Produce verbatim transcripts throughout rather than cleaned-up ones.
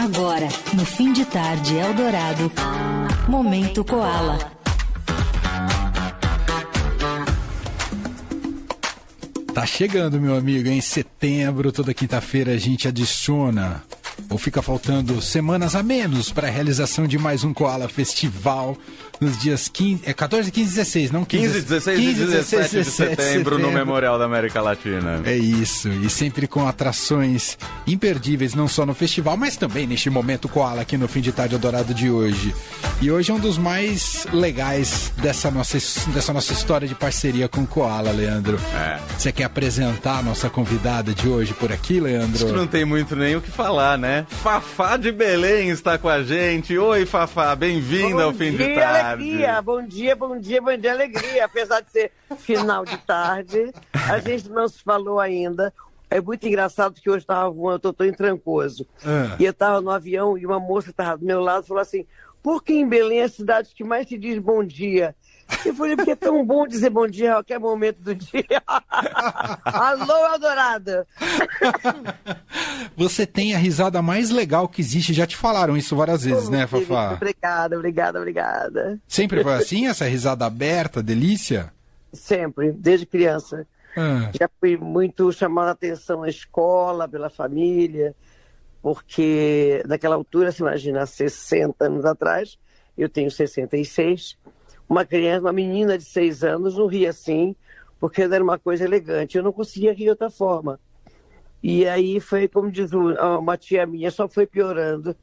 Agora, no fim de tarde Eldorado, Momento Koala. Tá chegando, meu amigo, em setembro, toda quinta-feira a gente adiciona, ou fica faltando semanas a menos para a realização de mais um Koala Festival nos dias quinze, é quatorze, quinze, dezesseis, não quinze, quinze, dezesseis e dezessete de setembro no Memorial da América Latina. É isso, e sempre com atrações imperdíveis, não só no festival, mas também neste Momento Koala aqui no Fim de Tarde Eldorado de hoje. E hoje é um dos mais legais dessa nossa, dessa nossa história de parceria com o Koala, Leandro. É. Você quer apresentar a nossa convidada de hoje por aqui, Leandro? Acho que não tem muito nem o que falar, né? Fafá de Belém está com a gente. Oi, Fafá, bem-vinda ao Fim de Tarde. Alegria. Bom dia, bom dia, bom dia, alegria. Apesar de ser final de tarde, a gente não se falou ainda. É muito engraçado que hoje estava voando, eu estou em Trancoso. Ah. E eu estava no avião e uma moça estava do meu lado e falou assim, por que em Belém é a cidade que mais se diz bom dia? Eu falei, porque é tão bom dizer bom dia a qualquer momento do dia. Alô, Eldorado! Você tem a risada mais legal que existe, já te falaram isso várias vezes, oh, né, Fafá? Obrigada, obrigada, obrigada. Sempre foi assim, essa risada aberta, delícia? Sempre, desde criança. Ah. Já fui muito chamada a atenção na escola, pela família, porque naquela altura, se imagina, há sessenta anos atrás, eu tenho sessenta e seis, uma criança, uma menina de seis anos não ria assim, porque era uma coisa elegante. Eu não conseguia rir de outra forma. E aí foi, como diz uma tia minha, só foi piorando.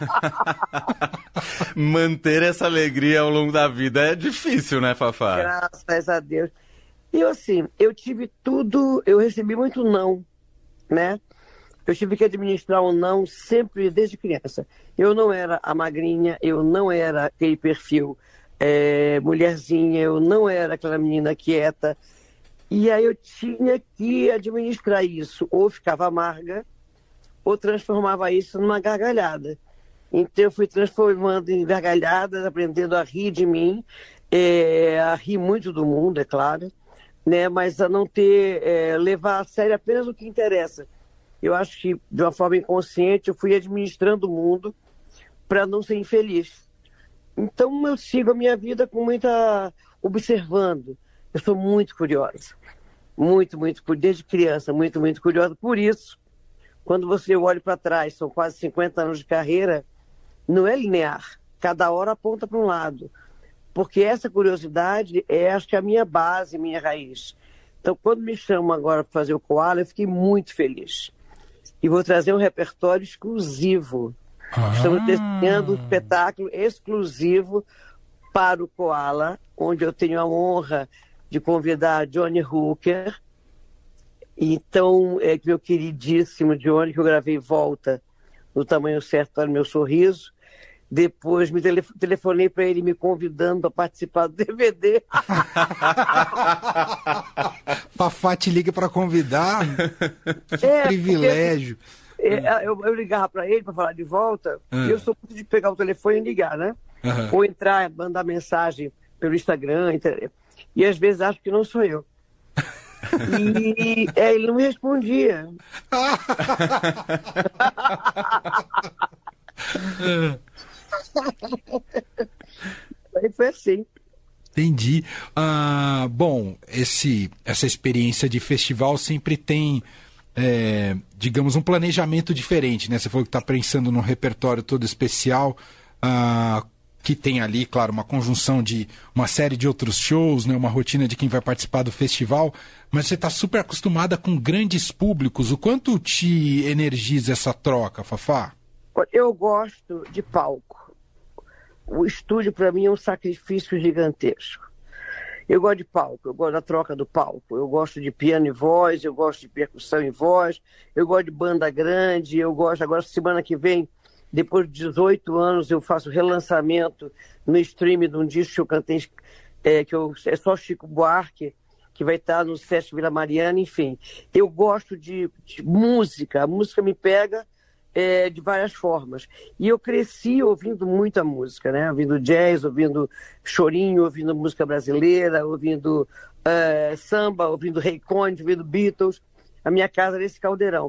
Manter essa alegria ao longo da vida é difícil, né, Fafá? Graças a Deus. E eu, assim, eu tive tudo, eu recebi muito não, né? Eu tive que administrar o não sempre desde criança. Eu não era a magrinha, eu não era aquele perfil é, mulherzinha, eu não era aquela menina quieta. E aí eu tinha que administrar isso. Ou ficava amarga, ou transformava isso numa gargalhada. Então eu fui transformando em gargalhadas, aprendendo a rir de mim, é, a rir muito do mundo, é claro, né? Mas a não ter, é, levar a sério apenas o que interessa. Eu acho que, de uma forma inconsciente, eu fui administrando o mundo para não ser infeliz. Então, eu sigo a minha vida com muita... observando. Eu sou muito curiosa. Muito, muito, desde criança, muito, muito curiosa. Por isso, quando você olha para trás, são quase cinquenta anos de carreira, não é linear. Cada hora aponta para um lado. Porque essa curiosidade é, acho que, a minha base, minha raiz. Então, quando me chamam agora para fazer o Koala, eu fiquei muito feliz. E vou trazer um repertório exclusivo. Ah. Estamos desenhando um espetáculo exclusivo para o Koala, onde eu tenho a honra de convidar Johnny Hooker. Então, é, meu queridíssimo Johnny, que eu gravei Volta no Tamanho Certo para o Meu Sorriso. Depois me telef- telefonei para ele me convidando para participar do D V D. Fafá te liga para convidar? Que é, privilégio. Porque, é, eu, eu ligava para ele para falar de Volta, uhum. E eu sou muito de pegar o telefone e ligar, né? Uhum. Ou entrar, mandar mensagem pelo Instagram, e às vezes acho que não sou eu. E é, ele não me respondia. Aí foi assim. Entendi. Ah, bom, esse, essa experiência de festival sempre tem, é, digamos, um planejamento diferente, né? Você falou que está pensando num repertório todo especial, ah, que tem ali, claro, uma conjunção de uma série de outros shows, né? Uma rotina de quem vai participar do festival, mas você está super acostumada com grandes públicos. O quanto te energiza essa troca, Fafá? Eu gosto de palco. O estúdio, para mim, é um sacrifício gigantesco. Eu gosto de palco, eu gosto da troca do palco. Eu gosto de piano e voz, eu gosto de percussão e voz, eu gosto de banda grande, eu gosto... Agora, semana que vem, depois de dezoito anos, eu faço relançamento no stream de um disco que eu cantei, é, que eu, é só Chico Buarque, que vai estar no Sesc Vila Mariana, enfim. Eu gosto de, de música, a música me pega... É, de várias formas. E eu cresci ouvindo muita música, né? Ouvindo jazz, ouvindo chorinho, ouvindo música brasileira, ouvindo uh, samba, ouvindo Ray Conde, ouvindo Beatles. A minha casa era esse caldeirão.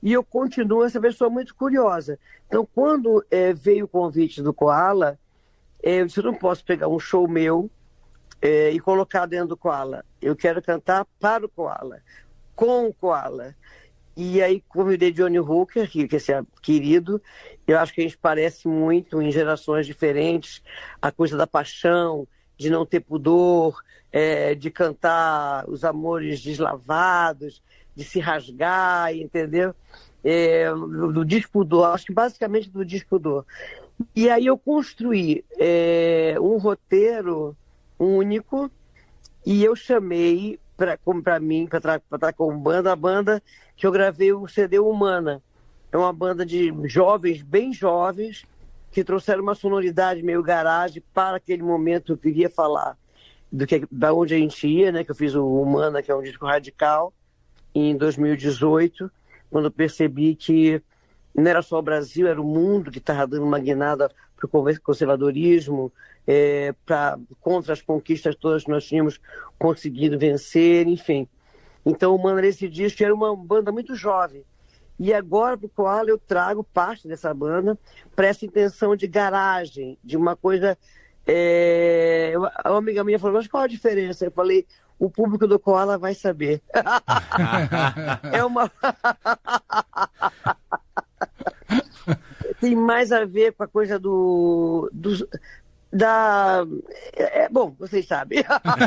E eu continuo essa pessoa muito curiosa. Então, quando é, veio o convite do Koala, é, eu disse, eu não posso pegar um show meu é, e colocar dentro do Koala. Eu quero cantar para o Koala, com o Koala. E aí convidei Johnny Hooker, que, que é querido. Eu acho que a gente parece muito em gerações diferentes. A coisa da paixão, de não ter pudor, é, de cantar os amores deslavados, de se rasgar, entendeu? É, do, do despudor, acho que basicamente do despudor. E aí eu construí é, um roteiro único e eu chamei para mim, para estar com banda, a banda que eu gravei o C D Humana. É uma banda de jovens, bem jovens, que trouxeram uma sonoridade meio garagem para aquele momento. Eu queria falar do que, da onde a gente ia, né? Que eu fiz o Humana, que é um disco radical, em dois mil e dezoito, quando eu percebi que não era só o Brasil, era o mundo que estava dando uma guinada para o conservadorismo, é, pra, contra as conquistas todas que nós tínhamos conseguido vencer, enfim. Então, o Humana, nesse disco, era uma banda muito jovem. E agora, para o Koala, eu trago parte dessa banda para essa intenção de garagem, de uma coisa... É... Uma amiga minha falou, mas qual a diferença? Eu falei, o público do Koala vai saber. É uma... Tem mais a ver com a coisa do... do da... É, bom, vocês sabem.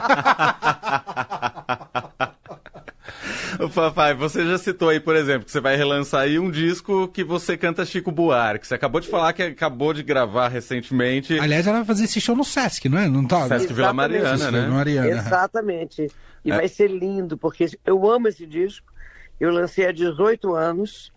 O Fafá, você já citou aí, por exemplo, que você vai relançar aí um disco que você canta Chico Buarque. Você acabou de falar que acabou de gravar recentemente. Aliás, ela vai fazer esse show no Sesc, não é? Não tá? Sesc Vila Mariana, né? Mariana. Exatamente. E é. vai ser lindo, porque eu amo esse disco. Eu lancei há dezoito anos.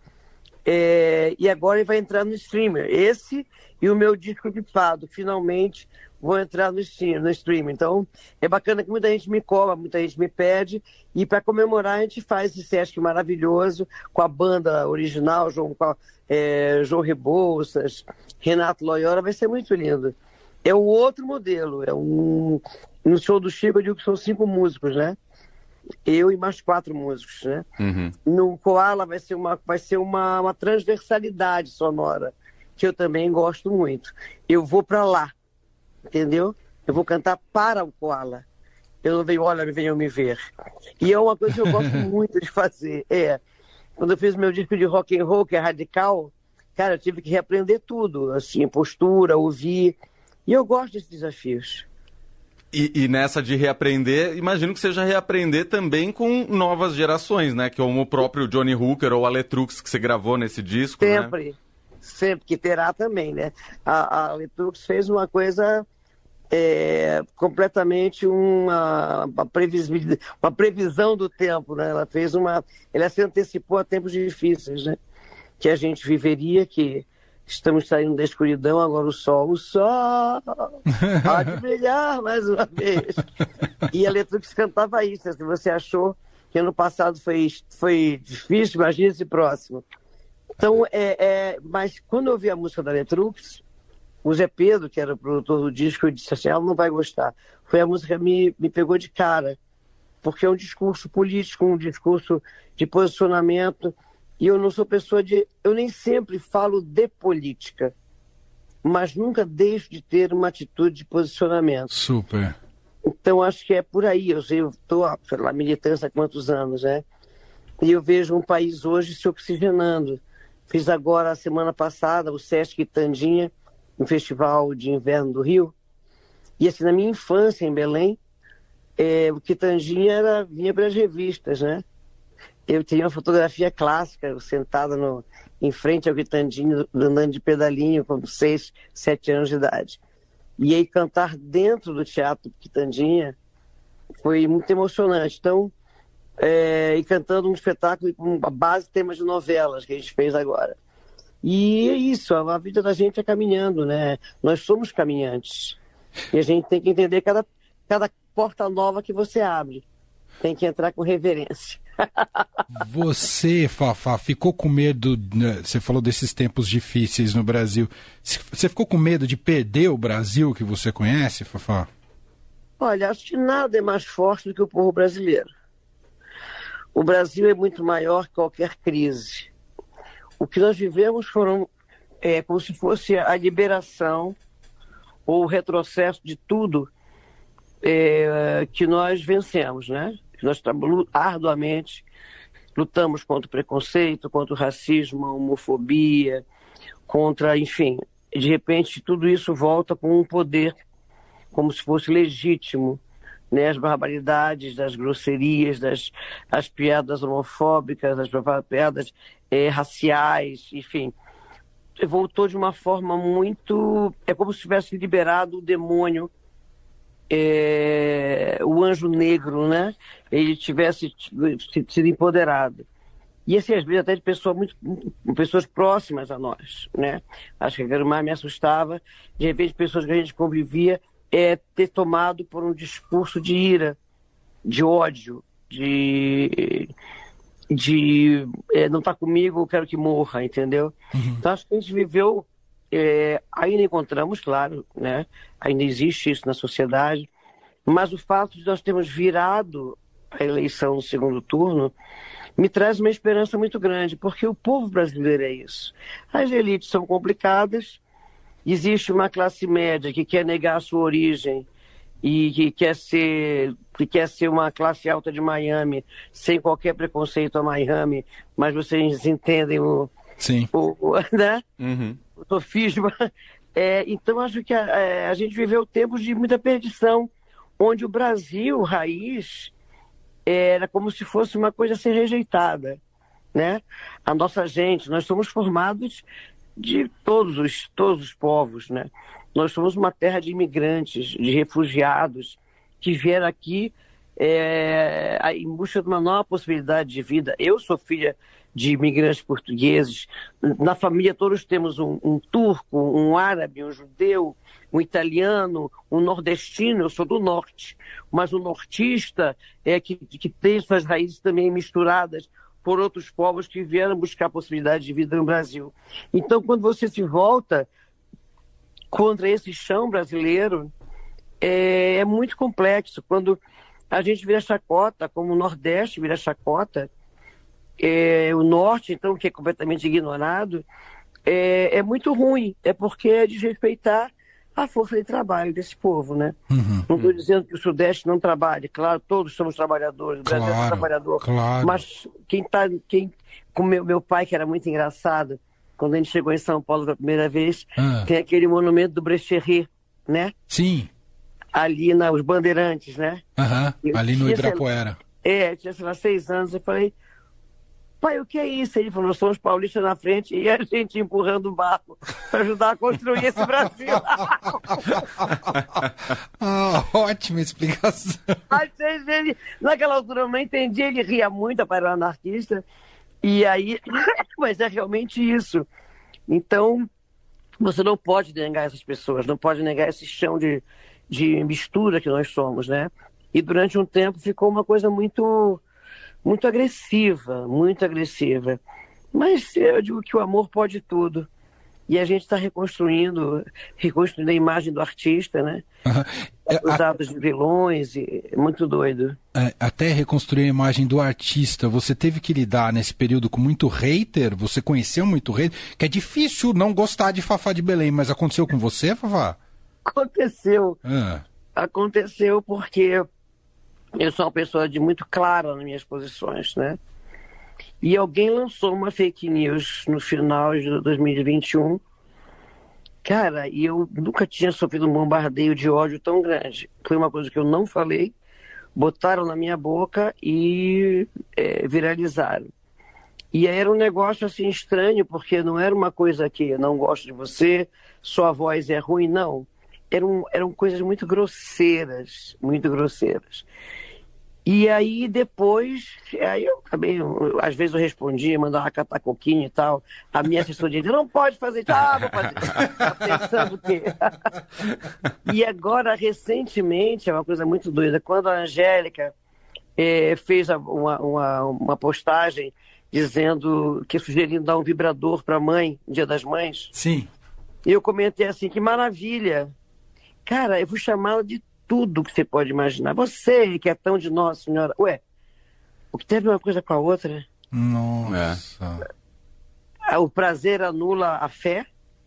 É, e agora ele vai entrar no streamer. Esse e o meu disco de fado, finalmente, vão entrar no stream, no stream. Então, é bacana que muita gente me cobra, muita gente me pede. E para comemorar, a gente faz esse Sesc maravilhoso com a banda original, João, é, João Rebouças, Renato Loyola. Vai ser muito lindo. É um outro modelo. É um... No show do Chico, eu digo que são cinco músicos, né? Eu e mais quatro músicos, né? Uhum. No Koala vai ser, uma, vai ser uma, uma transversalidade sonora, que eu também gosto muito. Eu vou para lá, entendeu? Eu vou cantar para o Koala. Eu não venho, olha, venham me ver. E é uma coisa que eu gosto muito de fazer. É, quando eu fiz meu disco de rock and roll, que é radical, cara, eu tive que reaprender tudo, assim, postura, ouvir. E eu gosto desses desafios. E, e nessa de reaprender, imagino que seja reaprender também com novas gerações, né? Que como o próprio Johnny Hooker ou a Letrux que você gravou nesse disco, Sempre, né? sempre, que terá também, né? A, a Letrux fez uma coisa é, completamente uma, uma, previs, uma previsão do tempo, né? Ela fez uma... Ela se antecipou a tempos difíceis, né? Que a gente viveria, que... Estamos saindo da escuridão, agora o sol. O sol pode brilhar mais uma vez. E a Letrux cantava isso. Se você achou que ano passado foi, foi difícil, imagina esse próximo. Então, é, é, mas quando eu ouvi a música da Letrux, o Zé Pedro, que era o produtor do disco, eu disse assim, ela não vai gostar. Foi a música que me, me pegou de cara. Porque é um discurso político, um discurso de posicionamento. E eu não sou pessoa de... Eu nem sempre falo de política, mas nunca deixo de ter uma atitude de posicionamento. Super. Então, acho que é por aí. Eu estou, sei lá, militância há quantos anos, né? E eu vejo um país hoje se oxigenando. Fiz agora, a semana passada, o Sesc Quitandinha, um festival de inverno do Rio. E assim, na minha infância, em Belém, é, o Quitandinha era, vinha para as revistas, né? Eu tinha uma fotografia clássica, eu sentada no, em frente ao Quitandinho, andando de pedalinho, com seis, sete anos de idade. E aí cantar dentro do Teatro Quitandinha foi muito emocionante. Então, é, e cantando um espetáculo com a base de temas de novelas que a gente fez agora. E é isso, a vida da gente é caminhando, né? Nós somos caminhantes. E a gente tem que entender cada, cada porta nova que você abre. Tem que entrar com reverência. Você, Fafá, ficou com medo, né, você falou desses tempos difíceis no Brasil, você ficou com medo de perder o Brasil que você conhece, Fafá? Olha, acho que nada é mais forte do que o povo brasileiro. O Brasil é muito maior que qualquer crise. o que nós vivemos foram é, como se fosse a liberação ou o retrocesso de tudo é, que nós vencemos, né? Nós arduamente lutamos contra o preconceito, contra o racismo, a homofobia, contra, enfim, de repente tudo isso volta com um poder como se fosse legítimo, né? As barbaridades, das grosserias, das as piadas homofóbicas, as piadas é, raciais, enfim, voltou de uma forma muito... É como se tivesse liberado o demônio, é, o anjo negro, né? Ele tivesse sido empoderado. E assim, às vezes até de pessoas, muito, pessoas próximas a nós, né? Acho que o que mais me assustava, de repente, pessoas que a gente convivia, é ter tomado por um discurso de ira, de ódio, de... de é, não tá comigo, eu quero que morra, entendeu? Uhum. Então acho que a gente viveu, é, ainda encontramos, claro, né? Ainda existe isso na sociedade, mas o fato de nós termos virado a eleição no segundo turno me traz uma esperança muito grande, porque o povo brasileiro é isso. As elites são complicadas, existe uma classe média que quer negar a sua origem e que quer ser, que quer ser uma classe alta de Miami, sem qualquer preconceito a Miami, mas vocês entendem o, Sim. o, né? Uhum. o sofisma. É, então, acho que a, a gente viveu tempos de muita perdição, onde o Brasil, raiz, era como se fosse uma coisa a ser rejeitada, né? A nossa gente, nós somos formados de todos os, todos os povos, né? Nós somos uma terra de imigrantes, de refugiados, que vieram aqui é, em busca de uma nova possibilidade de vida. Eu sou filha de imigrantes portugueses. Na família todos temos um, um turco, um árabe, um judeu, um italiano, um nordestino. Eu sou do norte, mas o nortista é que, que tem suas raízes também misturadas por outros povos que vieram buscar possibilidade de vida no Brasil. Então, quando você se volta contra esse chão brasileiro, é, é muito complexo. Quando a gente vira chacota, como o Nordeste vira chacota, é, o Norte, então, que é completamente ignorado, é, é muito ruim. É porque é desrespeitar a força de trabalho desse povo, né? Uhum. Não estou dizendo que o Sudeste não trabalhe, claro, todos somos trabalhadores, o Brasil claro, é trabalhador, claro. Mas quem está, quem, como meu, meu pai, que era muito engraçado, quando a gente chegou em São Paulo pela primeira vez, ah. tem aquele monumento do Brecheret, né? Sim. Ali nos Bandeirantes, né? Uhum. Ali no Ibirapuera. É, tinha, sei lá, seis anos, eu falei, pai, o que é isso? Ele falou, nós somos paulistas na frente e a gente empurrando o barco para ajudar a construir esse Brasil. Ah, ótima explicação. Ele, naquela altura eu não entendi, ele ria muito para o anarquista, e aí, mas é realmente isso. Então, você não pode negar essas pessoas, não pode negar esse chão de, de mistura que nós somos, né? E durante um tempo ficou uma coisa muito... muito agressiva, muito agressiva. Mas eu digo que o amor pode tudo. E a gente está reconstruindo, reconstruindo a imagem do artista, né? Uhum. Os atos de vilões, e é muito doido. É, até reconstruir a imagem do artista, você teve que lidar nesse período com muito hater? Você conheceu muito hater? Que é difícil não gostar de Fafá de Belém, mas aconteceu com você, Fafá? Aconteceu. Ah. Aconteceu porque eu sou uma pessoa de muito clara nas minhas posições, né? E alguém lançou uma fake news no final de dois mil e vinte e um. Cara, e eu nunca tinha sofrido um bombardeio de ódio tão grande. Foi uma coisa que eu não falei, botaram na minha boca e é, viralizaram. E aí era um negócio assim estranho, porque não era uma coisa que eu não gosto de você, sua voz é ruim, não. Eram, eram coisas muito grosseiras, muito grosseiras. E aí depois, aí eu também, eu, às vezes eu respondia, mandava catar coquinho e tal. A minha assessoria dizia, não pode fazer isso, ah, vou fazer. Tá pensando o quê? E agora, recentemente, é uma coisa muito doida, quando a Angélica eh, fez uma, uma, uma postagem dizendo, que sugerindo dar um vibrador para a mãe, Dia das Mães. Sim. E eu comentei assim, que maravilha. Cara, eu vou chamá-la de tudo que você pode imaginar. Você que é tão de Nossa Senhora. Ué, o que teve uma coisa com a outra? Nossa. o prazer anula a fé,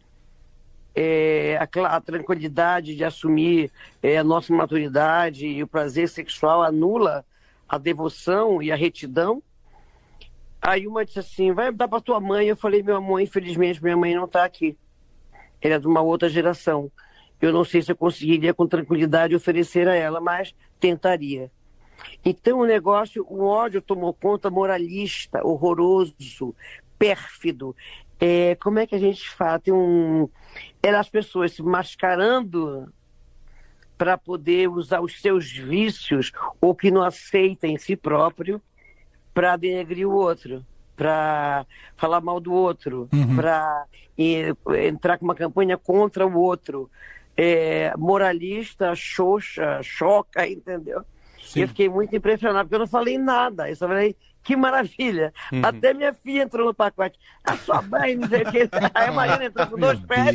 é, a, a tranquilidade de assumir é, a nossa maturidade e o prazer sexual anula a devoção e a retidão. Aí uma disse assim, vai dar para tua mãe. Eu falei, meu amor, infelizmente minha mãe não está aqui. Ela é de uma outra geração. Eu não sei se eu conseguiria com tranquilidade oferecer a ela, mas tentaria. Então o negócio, o ódio tomou conta, moralista, horroroso, pérfido. É, como é que a gente fala? Tem um... Eram as pessoas se mascarando para poder usar os seus vícios, ou que não aceita em si próprio, para denegrir o outro, para falar mal do outro, uhum. para entrar com uma campanha contra o outro. É, moralista, xoxa, choca, entendeu? Sim. Eu fiquei muito impressionado, porque eu não falei nada. Eu só falei, que maravilha. Uhum. Até minha filha entrou no pacote. A sua mãe, não sei o que. Aí a Mariana entrou com dois pés.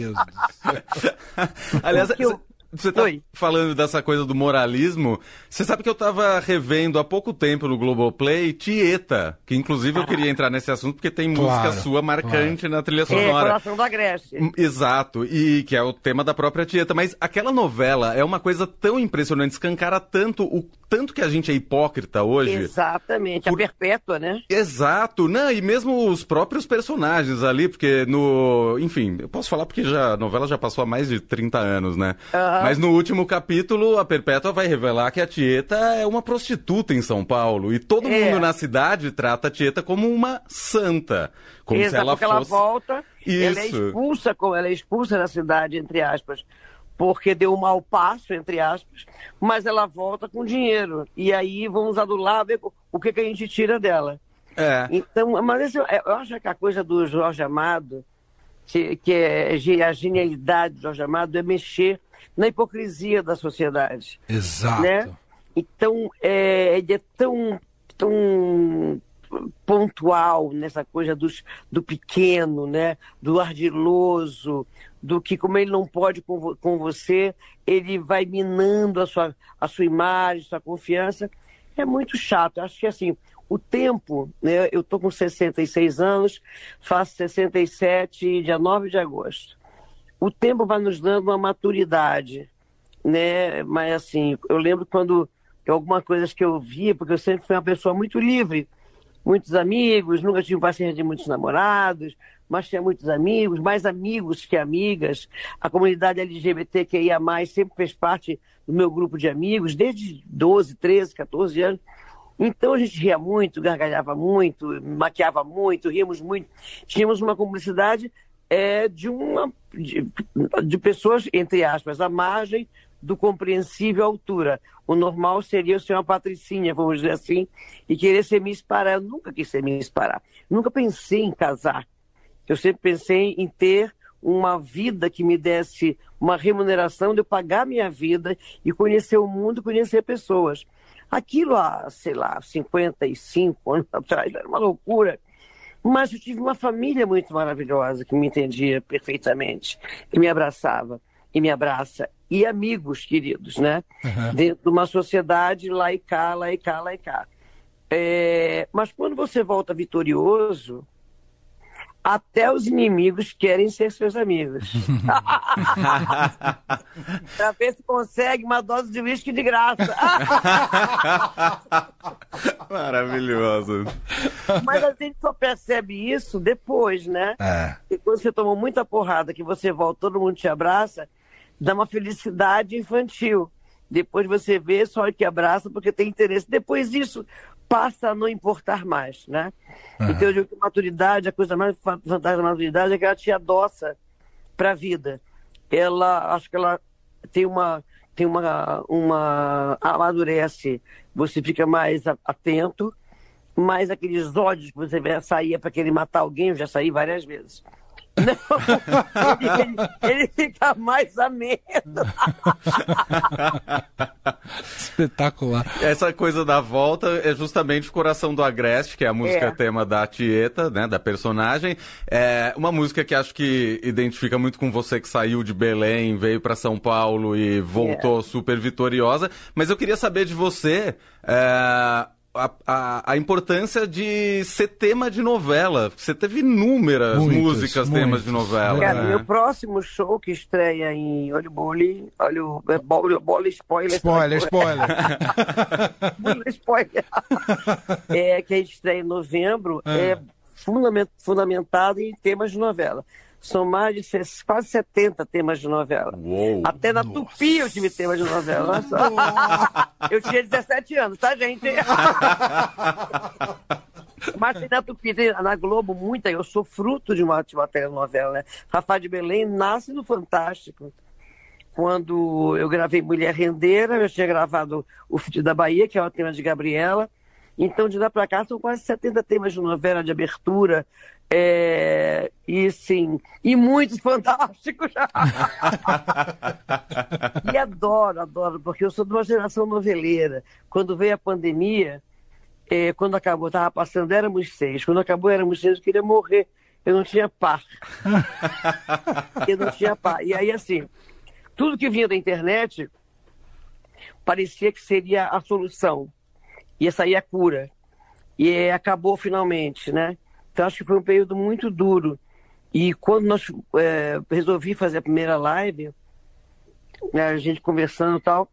Aliás, eu... você tá Oi. falando dessa coisa do moralismo. Você sabe que eu tava revendo há pouco tempo no Globoplay Tieta, que inclusive eu queria entrar nesse assunto porque tem claro, música sua marcante claro. na trilha sonora. É, Coração da Grécia. Exato, e que é o tema da própria Tieta. Mas aquela novela é uma coisa tão impressionante, escancara tanto o tanto que a gente é hipócrita hoje. Exatamente, por... a Perpétua, né? Exato, não, e mesmo os próprios personagens ali, porque no... Enfim, eu posso falar porque já, a novela já passou há mais de trinta anos, né? Uhum. Mas no último capítulo, a Perpétua vai revelar que a Tieta é uma prostituta em São Paulo. E todo é. mundo na cidade trata a Tieta como uma santa. Como Exato, se ela porque fosse... ela volta, Isso. ela é expulsa, ela é expulsa da cidade, entre aspas, porque deu um mau passo, entre aspas, mas ela volta com dinheiro. E aí vamos adular, ver o que, que a gente tira dela. É. Então, mas eu, eu acho que a coisa do Jorge Amado, que, que é a genialidade do Jorge Amado, é mexer na hipocrisia da sociedade. Exato. Né? Então, é, ele é tão, tão pontual nessa coisa dos, do pequeno, né? Do ardiloso, do que como ele não pode com, com você, ele vai minando a sua, a sua imagem, sua confiança. É muito chato. Acho que assim, o tempo, né? Eu estou com sessenta e seis anos, faço sessenta e sete dia nove de agosto. O tempo vai nos dando uma maturidade, né? Mas assim, eu lembro quando algumas coisas que eu via, porque eu sempre fui uma pessoa muito livre, muitos amigos, nunca tive paciência de muitos namorados, mas tinha muitos amigos, mais amigos que amigas. A comunidade L G B T Q I A mais, sempre fez parte do meu grupo de amigos, desde doze, treze, catorze anos. Então a gente ria muito, gargalhava muito, maquiava muito, ríamos muito. Tínhamos uma cumplicidade é, de, uma, de, de pessoas, entre aspas, à margem do compreensível à altura. O normal seria eu ser uma patricinha, vamos dizer assim, e querer ser Miss Pará. Eu nunca quis ser Miss Pará. Nunca pensei em casar. Eu sempre pensei em ter uma vida que me desse uma remuneração de eu pagar minha vida e conhecer o mundo, conhecer pessoas. Aquilo há, sei lá, cinquenta e cinco anos atrás era uma loucura. Mas eu tive uma família muito maravilhosa que me entendia perfeitamente, que me abraçava e me abraça. E amigos queridos, né? Uhum. Dentro de uma sociedade lá e cá, lá e cá, lá e cá. É... Mas quando você volta vitorioso, até os inimigos querem ser seus amigos. Para ver se consegue uma dose de uísque de graça. Maravilhoso. Mas a gente só percebe isso depois, né? É. E quando você tomou muita porrada, que você volta, todo mundo te abraça, dá uma felicidade infantil. Depois você vê só que abraça porque tem interesse. Depois disso passa a não importar mais, né? Uhum. Então eu digo que a maturidade, a coisa mais fantástica da maturidade é que ela te adoça para a vida. Ela, acho que ela tem uma, tem uma, uma amadurece, você fica mais atento, mas aqueles ódios que você saía para querer matar alguém, eu já saí várias vezes. Não, ele, ele fica mais ameno. Espetacular. Essa coisa da volta é justamente o Coração do Agreste, que é a música é. tema da Tieta, né, da personagem. É uma música que acho que identifica muito com você, que saiu de Belém, veio para São Paulo e voltou é. super vitoriosa. Mas eu queria saber de você... É... a, a, a importância de ser tema de novela. Você teve inúmeras muitos, músicas muitos. temas de novela. Cara, né? meu próximo show que estreia em Olho Bole, olho, bola, bola spoiler. Spoiler, spoiler. Bola spoiler. É, que a gente estreia em novembro, Ah. é fundament, fundamentado em temas de novela. São mais de ses- quase setenta temas de novela. Uou. Até na Tupi eu tive tema de novela. Olha só. Eu tinha dezessete anos, tá, gente? Mas tem na Tupi, tem na Globo, muita. Eu sou fruto de uma, de uma telenovela, né? Fafá de Belém nasce no Fantástico. Quando eu gravei Mulher Rendeira, eu tinha gravado O Filho da Bahia, que é o tema de Gabriela. Então, de lá pra cá, são quase setenta temas de novela, de abertura. É... E, sim, e muitos fantásticos. E adoro, adoro, porque eu sou de uma geração noveleira. Quando veio a pandemia, é, quando acabou, estava passando, éramos seis. Quando acabou, éramos seis, eu queria morrer. Eu não tinha par. Eu não tinha par. E aí, assim, tudo que vinha da internet parecia que seria a solução. Ia sair a cura. E é, acabou finalmente, né? Então, acho que foi um período muito duro. E quando nós é, resolvi fazer a primeira live, né, a gente conversando e tal,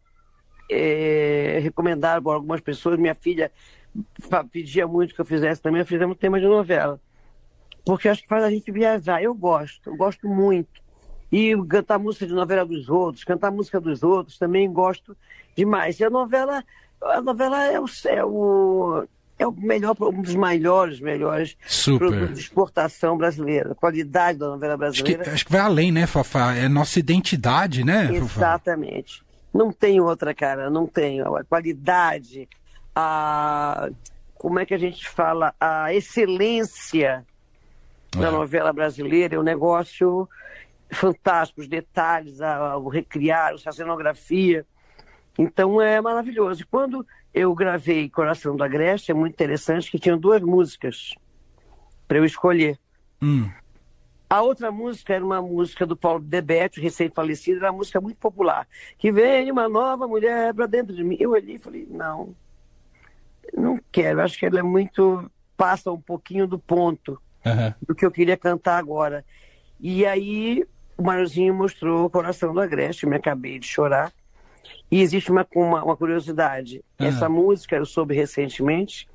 é, recomendaram por algumas pessoas, minha filha pedia muito que eu fizesse também, eu fizemos um tema de novela. Porque acho que faz a gente viajar. Eu gosto, eu gosto muito. E cantar música de novela dos outros, cantar música dos outros, também gosto demais. E a novela, a novela é o... É o É o melhor, um dos maiores, melhores Super. produtos de exportação brasileira. A qualidade da novela Acho que, brasileira. acho que vai além, né, Fafá? É nossa identidade, né, Fafá? Exatamente. Não tem outra, cara, não tem. A qualidade, a... como é que a gente fala? A excelência da É. novela brasileira é um negócio fantástico. Os detalhes, a, o recriar, a cenografia. Então é maravilhoso. E quando eu gravei Coração do Agreste, é muito interessante que tinham duas músicas para eu escolher. Hum. A outra música era uma música do Paulo Debete, recém-falecido, era uma música muito popular. Que vem uma nova mulher para dentro de mim. Eu olhei e falei, não, não quero. Acho que ela é muito... passa um pouquinho do ponto Uhum. do que eu queria cantar agora. E aí o Mariozinho mostrou Coração do Agreste, eu me acabei de chorar. E existe uma, uma, uma curiosidade. Ah. Essa música eu soube recentemente.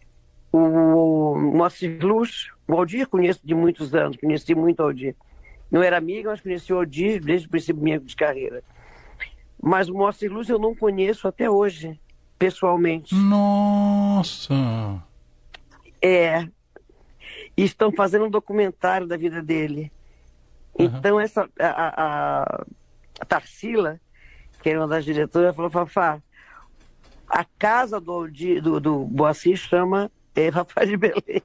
O Moacir Luz, o Aldir conheço de muitos anos, conheci muito o Aldir. Não era amigo, mas conheci o Aldir desde o princípio minha de carreira. Mas o Moacir Luz eu não conheço até hoje, pessoalmente. Nossa! É. E estão fazendo um documentário da vida dele. Uhum. Então, essa, a, a, a Tarsila, que era uma das diretoras, falou, Fafá, a casa do, do, do Boacir chama é, Fafá de Belém.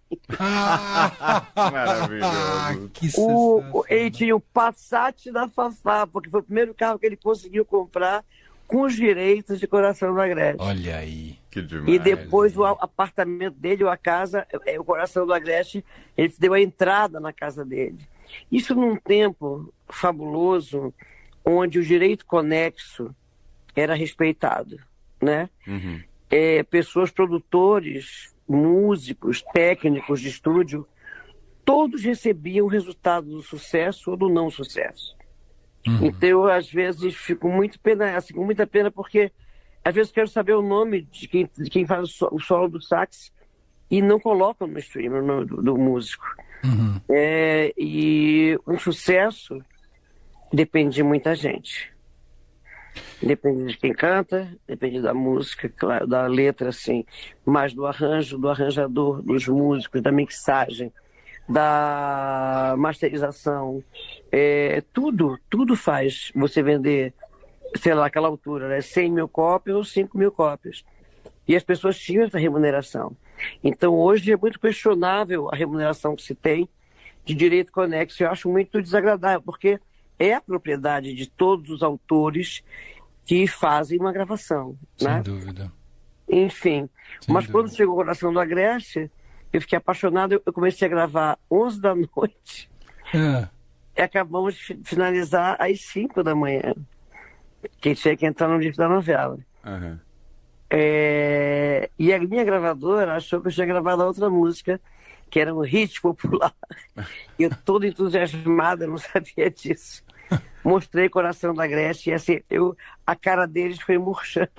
Maravilhoso. Que O, o- sensacional. ele tinha o Passat da Fafá, porque foi o primeiro carro que ele conseguiu comprar com os direitos de Coração do Agreste. Olha aí. Que demais. E depois o a- apartamento dele, ou a casa, é, o Coração do Agreste, ele deu a entrada na casa dele. Isso num tempo fabuloso, onde o direito conexo era respeitado, né? Uhum. É, pessoas, produtores, músicos, técnicos de estúdio, todos recebiam o resultado do sucesso ou do não sucesso. Uhum. Então, eu, às vezes, fico muito pena, assim, com muita pena, porque às vezes quero saber o nome de quem, de quem faz o, so- o solo do sax e não colocam no stream o nome do, do músico. Uhum. É, e um sucesso depende de muita gente. Depende de quem canta, depende da música, claro, da letra, assim, mas do arranjo, do arranjador, dos músicos, da mixagem, da masterização. É, tudo, tudo faz você vender, sei lá, aquela altura, né? cem mil cópias ou cinco mil cópias. E as pessoas tinham essa remuneração. Então, hoje é muito questionável a remuneração que se tem de direito conexo. Eu acho muito desagradável, porque é a propriedade de todos os autores que fazem uma gravação, Sem né? dúvida. Enfim. Sem Mas quando dúvida. chegou o Coração do Agreste, eu fiquei apaixonado. Eu- Eu comecei a gravar onze da noite Ah, e acabamos de fi- finalizar às cinco da manhã. Que tinha que entrar no livro da novela. Aham. É... E a minha gravadora achou que eu tinha gravado outra música, que era um hit popular. Eu toda entusiasmada, não sabia disso. Mostrei Coração da Grécia e assim, eu, a cara deles foi murchando.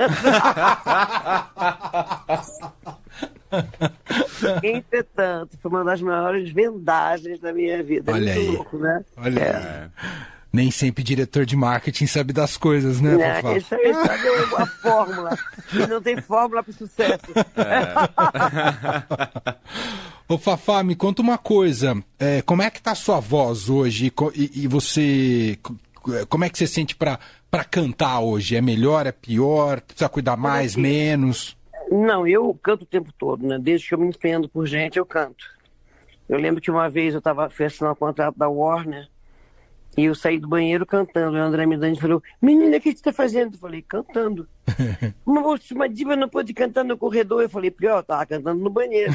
Entretanto, foi uma das maiores vendagens da minha vida. Olha é muito aí. louco, né? Olha É. aí. Nem sempre diretor de marketing sabe das coisas, né, É, Fafá? isso aí sabe a fórmula. E não tem fórmula para sucesso. Ô, Fafá, me conta uma coisa. É, como é que tá a sua voz hoje? E, co- e- e você... co- Como é que você sente pra, pra cantar hoje? É melhor, é pior? Precisa cuidar mais, assim, menos? Não, eu canto o tempo todo, né? Desde que eu me entendo por gente, eu canto. Eu lembro que uma vez eu estava assinar o contrato da Warner e eu saí do banheiro cantando. E o André Midani falou, menina, o que você está fazendo? Eu falei, cantando. Mas você, uma diva não pode cantar no corredor. Eu falei, pior, eu estava cantando no banheiro.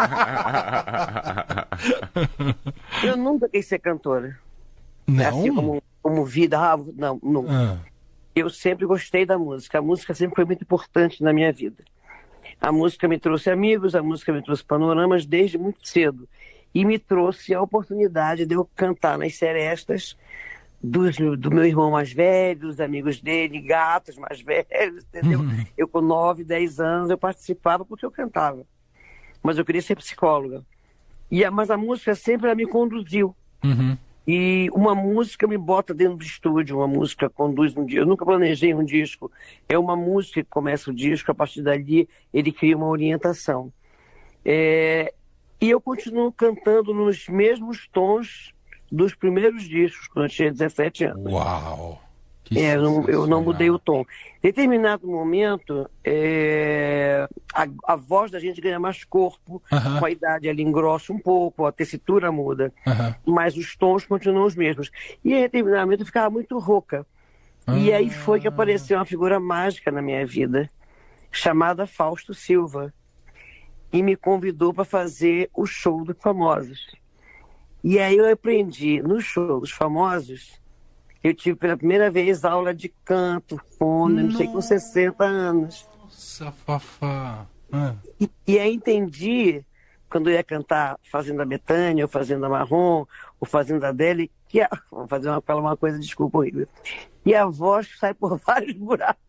Eu nunca quis ser cantora. Não? Assim como, como vida, ah, não, não. Ah, Eu sempre gostei da música. A música sempre foi muito importante na minha vida. A música me trouxe amigos, a música me trouxe panoramas desde muito cedo. E me trouxe a oportunidade de eu cantar nas serestas dos, do meu irmão mais velho, dos amigos dele, gatos mais velhos, entendeu? Uhum. Eu com nove, dez anos, eu participava porque eu cantava. Mas eu queria ser psicóloga. E a, mas a música sempre ela me conduziu. uhum. E uma música me bota dentro do estúdio, uma música conduz um dia. Eu nunca planejei um disco. É uma música que começa o disco, a partir dali ele cria uma orientação. É... E eu continuo cantando nos mesmos tons dos primeiros discos, quando eu tinha dezessete anos. Uau! Que É, eu, não, eu não sensacional. mudei o tom. Em determinado momento, é, a, a voz da gente ganha mais corpo, Aham. com a idade ela engrossa um pouco, a tessitura muda, Aham. mas os tons continuam os mesmos. E em determinado momento eu ficava muito rouca. E aí foi que apareceu uma figura mágica na minha vida, chamada Fausto Silva, e me convidou para fazer o show dos famosos. E aí eu aprendi, no show dos famosos, eu tive pela primeira vez aula de canto, fono, não sei, com sessenta anos. Nossa, Fafá. Ah. E, e aí entendi, quando eu ia cantar Fazenda Betânia, ou Fazenda Marrom, ou Fazenda Adele, que a, vou fazer uma, falar uma coisa, desculpa, horrível. E a voz sai por vários buracos.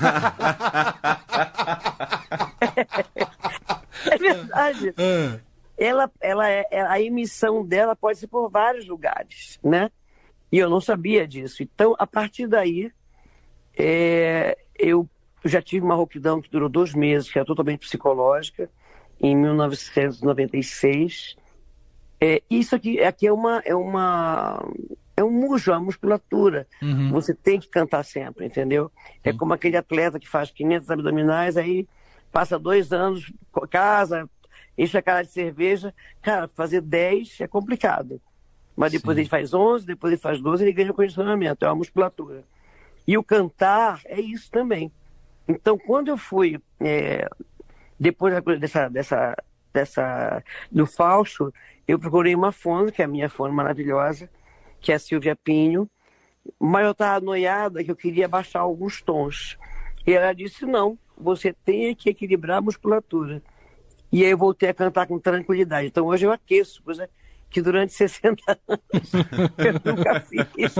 É, é verdade. Ah. Ela, ela é, é- a emissão dela pode ser por vários lugares, né? E eu não sabia disso. Então, a partir daí, é, eu já tive uma rouquidão que durou dois meses, que era totalmente psicológica, em mil novecentos e noventa e seis. É, isso aqui, aqui é uma, é uma, é um músculo, uma musculatura. Uhum. Você tem que cantar sempre, entendeu? É como aquele atleta que faz quinhentos abdominais, aí passa dois anos, casa, enche a cara de cerveja. Cara, fazer dez é complicado. Mas depois Sim. ele faz onze, depois ele faz doze, ele ganha condicionamento, é uma musculatura. E o cantar é isso também. Então, quando eu fui, é, depois da coisa dessa, dessa, dessa, do Fausto, eu procurei uma fono, que é a minha fono maravilhosa, que é a Silvia Pinho, mas eu estava noiada que eu queria baixar alguns tons. E ela disse, não, você tem que equilibrar a musculatura. E aí eu voltei a cantar com tranquilidade. Então hoje eu aqueço, coisa que durante sessenta anos eu nunca fiz.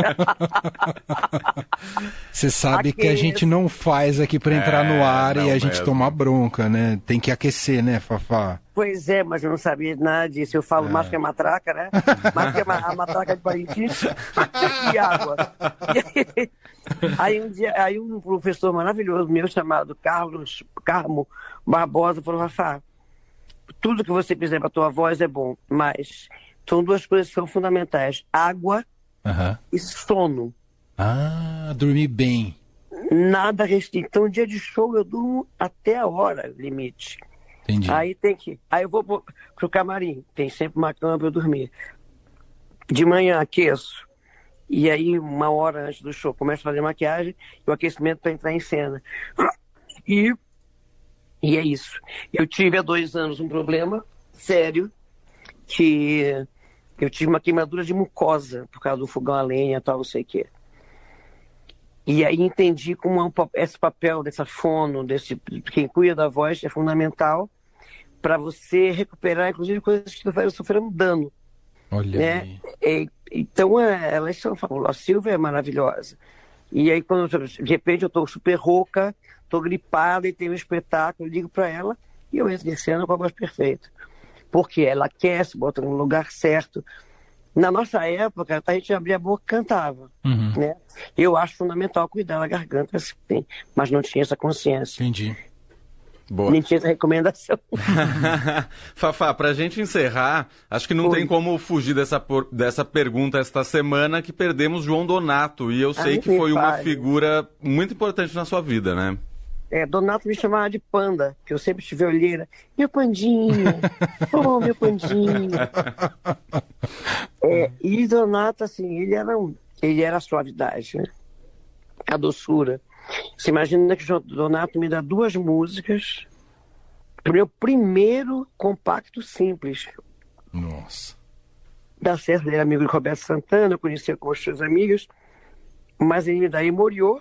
Você sabe que a Aqueço. gente não faz aqui pra entrar É, no ar e não a gente mesmo. tomar bronca, né? Tem que aquecer, né, Fafá? Pois é, mas eu não sabia nada disso. Eu falo mais que é matraca, né? Mais que é ma- a matraca de Parintins e água. E aí, aí um dia, aí um professor maravilhoso meu chamado Carlos Carmo Barbosa falou, Rafa, tudo que você fizer para tua voz é bom, mas são duas coisas que são fundamentais: água Aham. e sono. Ah, dormir bem. Nada restrito. Então, dia de show eu durmo até a hora limite. Entendi. Aí tem que. Aí eu vou pro, pro camarim, tem sempre uma cama para eu dormir. De manhã aqueço. E aí, uma hora antes do show, começo a fazer maquiagem e o aquecimento para entrar em cena. E, e é isso. Eu tive há dois anos um problema sério, que eu tive uma queimadura de mucosa por causa do fogão a lenha e tal, não sei o quê. E aí entendi como é um, esse papel dessa fono, desse, quem cuida da voz, é fundamental para você recuperar, inclusive, coisas que sofreram dano. Olha né? aí. E, então, é, elas são fabulosas. A Silvia é maravilhosa. E aí, quando de repente eu estou super rouca, estou gripada e tenho um espetáculo, eu ligo para ela e eu entro em cena com a voz perfeita. Porque ela aquece, bota no lugar certo. Na nossa época, a gente abria a boca e cantava. Uhum. Né? Eu acho fundamental cuidar da garganta, assim, mas não tinha essa consciência. Entendi. Boa. Nem tinha essa recomendação. Fafá, pra gente encerrar, acho que não Oi. tem como fugir dessa, por, dessa pergunta esta semana, que perdemos João Donato. E eu sei Ai, que foi uma fale. figura muito importante na sua vida, né? É, Donato me chamava de Panda, que eu sempre tive olheira. Meu pandinho, oh, meu pandinho. É, e Donato, assim, ele era, um, ele era a suavidade, né? A doçura. Você imagina que o Donato me dá duas músicas, o meu primeiro compacto simples. Nossa. Dá certo, ele era amigo de Roberto Santana, eu conhecia com os seus amigos, mas ele me dá Emoriô,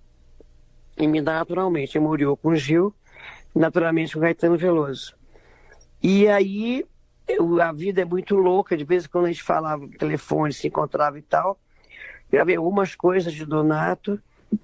e me dá naturalmente Emoriô com Gil, naturalmente com Caetano Veloso. E aí, eu, a vida é muito louca, de vez em quando a gente falava no telefone, se encontrava e tal, gravei algumas coisas de Donato,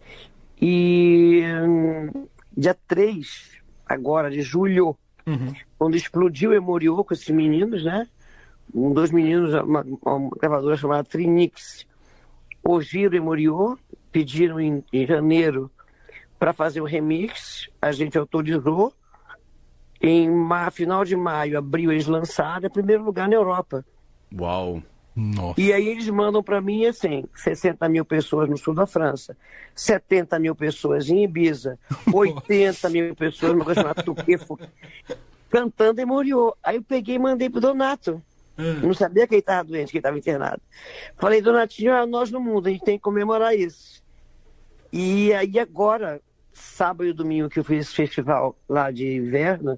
e hum, dia três, agora, de julho, Uhum. quando explodiu Emoriô com esses meninos, né? Um dos meninos, uma, uma gravadora chamada Trinix, ouviram Emoriô, pediram em, em janeiro para fazer o remix, a gente autorizou. Em ma, final de maio, abril, eles lançaram, é primeiro lugar na Europa. Uau! Nossa. E aí eles mandam para mim, assim, sessenta mil pessoas no sul da França, setenta mil pessoas em Ibiza, oitenta mil pessoas numa coisa chamada Tuquefo, cantando Emoriô. Aí eu peguei e mandei pro Donato. Não sabia que ele estava doente, que ele estava internado. Falei, Donatinho, é nós no mundo, a gente tem que comemorar isso. E aí agora, sábado e domingo que eu fiz esse festival lá de inverno,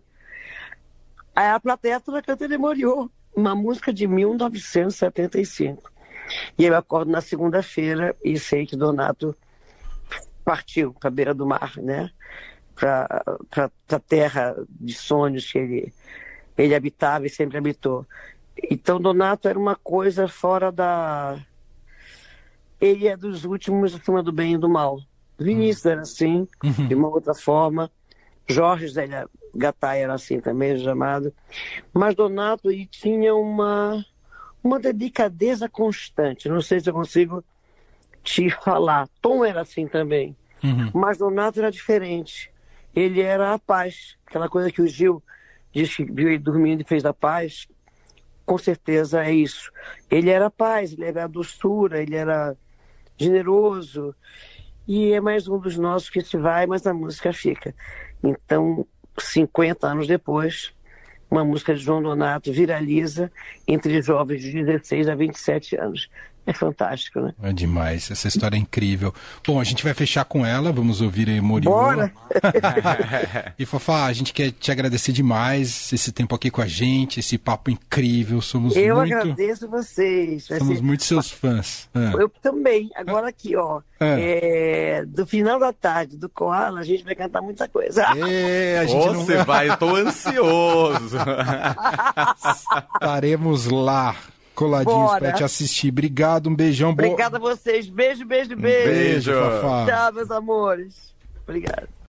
a plateia toda cantando Emoriô, uma música de mil novecentos e setenta e cinco. E eu acordo na segunda-feira e sei que Donato partiu para a beira do mar, né? Para a terra de sonhos que ele, ele habitava e sempre habitou. Então, Donato era uma coisa fora da... Ele é dos últimos acima do bem e do mal. Vinícius era assim, Uhum. de uma outra forma. Jorge Zé Gattai era assim também, chamado. Mas Donato ele tinha uma, uma delicadeza constante. Não sei se eu consigo te falar. Tom era assim também. Uhum. Mas Donato era diferente. Ele era a paz. Aquela coisa que o Gil disse que viu ele dormindo e fez a paz. Com certeza é isso. Ele era a paz, ele era a doçura, ele era generoso. E é mais um dos nossos que se vai, mas a música fica. Então, cinquenta anos depois, uma música de João Donato viraliza entre jovens de dezesseis a vinte e sete anos. É fantástico, né? É demais, essa história é incrível. Bom, a gente vai fechar com ela, vamos ouvir aí Emoriô. Bora! E Fafá, a gente quer te agradecer demais esse tempo aqui com a gente, esse papo incrível, somos Eu muito... agradeço vocês. Vai Somos ser- muito seus fãs. Ah. Eu também. Agora aqui, ó. é, Do final da tarde, do Koala, a gente vai cantar muita coisa. É, a gente Ô, não você vai, eu tô ansioso. estaremos lá, coladinhos Bora. pra te assistir. Obrigado, um beijão. Boa- Obrigada a vocês. Beijo, beijo, beijo. Beijo. Beijo, Fafá. Tchau, meus amores. Obrigada.